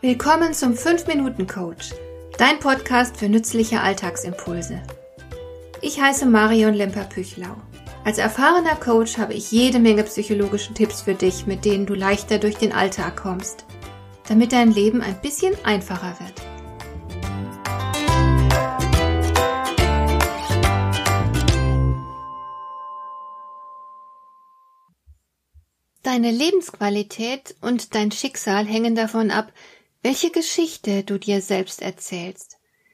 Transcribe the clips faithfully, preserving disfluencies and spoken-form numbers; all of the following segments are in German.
Willkommen zum fünf Minuten Coach, dein Podcast für nützliche Alltagsimpulse. Ich heiße Marion Lemper-Püchlau. Als erfahrener Coach habe ich jede Menge psychologische Tipps für dich, mit denen du leichter durch den Alltag kommst, damit dein Leben ein bisschen einfacher wird. Deine Lebensqualität und dein Schicksal hängen davon ab, welche Geschichte du dir selbst erzählst.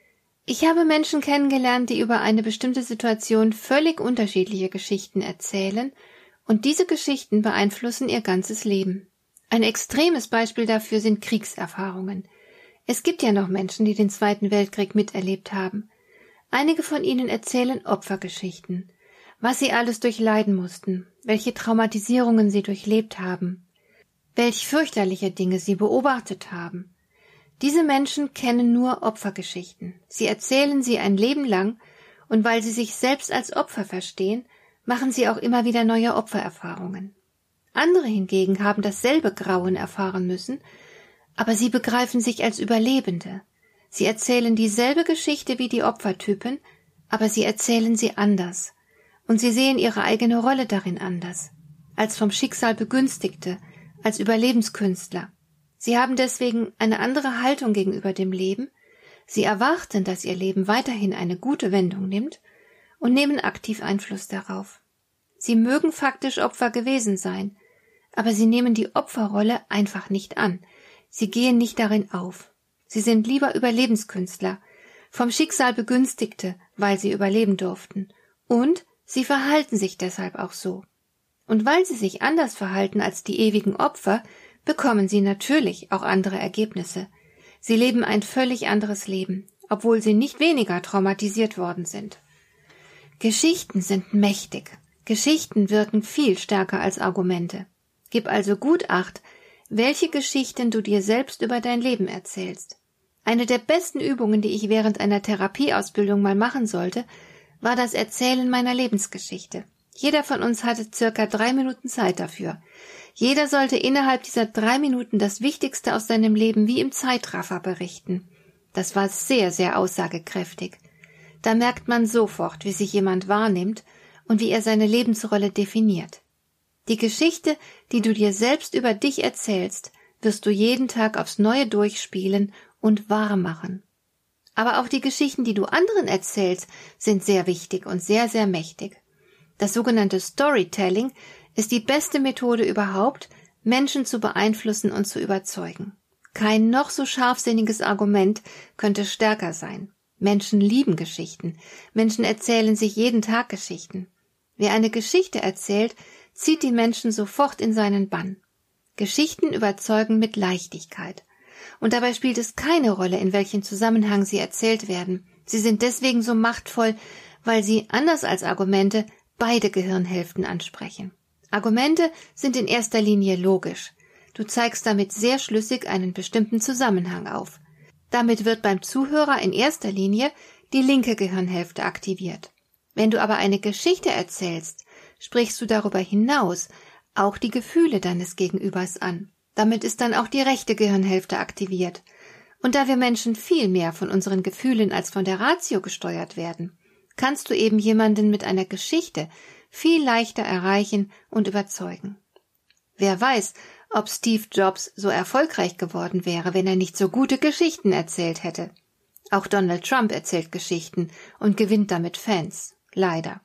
Ich habe Menschen kennengelernt, die über eine bestimmte Situation völlig unterschiedliche Geschichten erzählen, und diese Geschichten beeinflussen ihr ganzes Leben. Ein extremes Beispiel dafür sind Kriegserfahrungen. Es gibt ja noch Menschen, die den Zweiten Weltkrieg miterlebt haben. Einige von ihnen erzählen Opfergeschichten, was sie alles durchleiden mussten, welche Traumatisierungen sie durchlebt haben, welch fürchterliche Dinge sie beobachtet haben. Diese Menschen kennen nur Opfergeschichten. Sie erzählen sie ein Leben lang, und weil sie sich selbst als Opfer verstehen, machen sie auch immer wieder neue Opfererfahrungen. Andere hingegen haben dasselbe Grauen erfahren müssen, aber sie begreifen sich als Überlebende. Sie erzählen dieselbe Geschichte wie die Opfertypen, aber sie erzählen sie anders. Und sie sehen ihre eigene Rolle darin anders, als vom Schicksal Begünstigte, als Überlebenskünstler. Sie haben deswegen eine andere Haltung gegenüber dem Leben, sie erwarten, dass ihr Leben weiterhin eine gute Wendung nimmt und nehmen aktiv Einfluss darauf. Sie mögen faktisch Opfer gewesen sein, aber sie nehmen die Opferrolle einfach nicht an, sie gehen nicht darin auf. Sie sind lieber Überlebenskünstler, vom Schicksal Begünstigte, weil sie überleben durften, und sie verhalten sich deshalb auch so. Und weil sie sich anders verhalten als die ewigen Opfer, bekommen sie natürlich auch andere Ergebnisse. Sie leben ein völlig anderes Leben, obwohl sie nicht weniger traumatisiert worden sind. Geschichten sind mächtig. Geschichten wirken viel stärker als Argumente. Gib also gut Acht, welche Geschichten du dir selbst über dein Leben erzählst. Eine der besten Übungen, die ich während einer Therapieausbildung mal machen sollte, war das Erzählen meiner Lebensgeschichte. Jeder von uns hatte circa drei Minuten Zeit dafür. Jeder sollte innerhalb dieser drei Minuten das Wichtigste aus seinem Leben wie im Zeitraffer berichten. Das war sehr, sehr aussagekräftig. Da merkt man sofort, wie sich jemand wahrnimmt und wie er seine Lebensrolle definiert. Die Geschichte, die du dir selbst über dich erzählst, wirst du jeden Tag aufs Neue durchspielen und wahr machen. Aber auch die Geschichten, die du anderen erzählst, sind sehr wichtig und sehr, sehr mächtig. Das sogenannte Storytelling ist die beste Methode überhaupt, Menschen zu beeinflussen und zu überzeugen. Kein noch so scharfsinniges Argument könnte stärker sein. Menschen lieben Geschichten. Menschen erzählen sich jeden Tag Geschichten. Wer eine Geschichte erzählt, zieht die Menschen sofort in seinen Bann. Geschichten überzeugen mit Leichtigkeit. Und dabei spielt es keine Rolle, in welchem Zusammenhang sie erzählt werden. Sie sind deswegen so machtvoll, weil sie, anders als Argumente, beide Gehirnhälften ansprechen. Argumente sind in erster Linie logisch. Du zeigst damit sehr schlüssig einen bestimmten Zusammenhang auf. Damit wird beim Zuhörer in erster Linie die linke Gehirnhälfte aktiviert. Wenn du aber eine Geschichte erzählst, sprichst du darüber hinaus auch die Gefühle deines Gegenübers an. Damit ist dann auch die rechte Gehirnhälfte aktiviert. Und da wir Menschen viel mehr von unseren Gefühlen als von der Ratio gesteuert werden, kannst du eben jemanden mit einer Geschichte viel leichter erreichen und überzeugen. Wer weiß, ob Steve Jobs so erfolgreich geworden wäre, wenn er nicht so gute Geschichten erzählt hätte. Auch Donald Trump erzählt Geschichten und gewinnt damit Fans. Leider.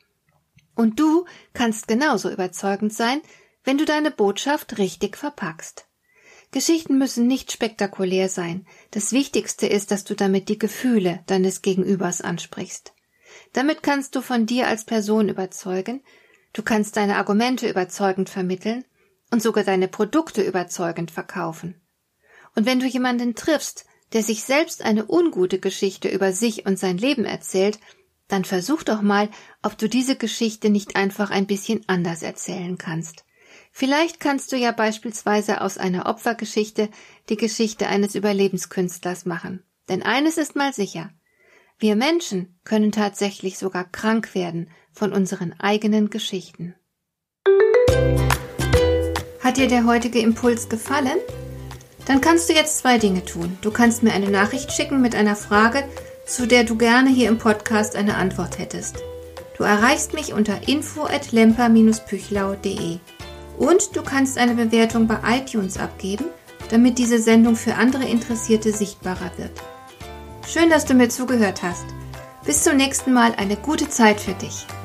Und du kannst genauso überzeugend sein, wenn du deine Botschaft richtig verpackst. Geschichten müssen nicht spektakulär sein. Das Wichtigste ist, dass du damit die Gefühle deines Gegenübers ansprichst. Damit kannst du von dir als Person überzeugen, du kannst deine Argumente überzeugend vermitteln und sogar deine Produkte überzeugend verkaufen. Und wenn du jemanden triffst, der sich selbst eine ungute Geschichte über sich und sein Leben erzählt, dann versuch doch mal, ob du diese Geschichte nicht einfach ein bisschen anders erzählen kannst. Vielleicht kannst du ja beispielsweise aus einer Opfergeschichte die Geschichte eines Überlebenskünstlers machen. Denn eines ist mal sicher: Wir Menschen können tatsächlich sogar krank werden von unseren eigenen Geschichten. Hat dir der heutige Impuls gefallen? Dann kannst du jetzt zwei Dinge tun. Du kannst mir eine Nachricht schicken mit einer Frage, zu der du gerne hier im Podcast eine Antwort hättest. Du erreichst mich unter info at lemper dash püchlau punkt de. Und du kannst eine Bewertung bei iTunes abgeben, damit diese Sendung für andere Interessierte sichtbarer wird. Schön, dass du mir zugehört hast. Bis zum nächsten Mal, eine gute Zeit für dich.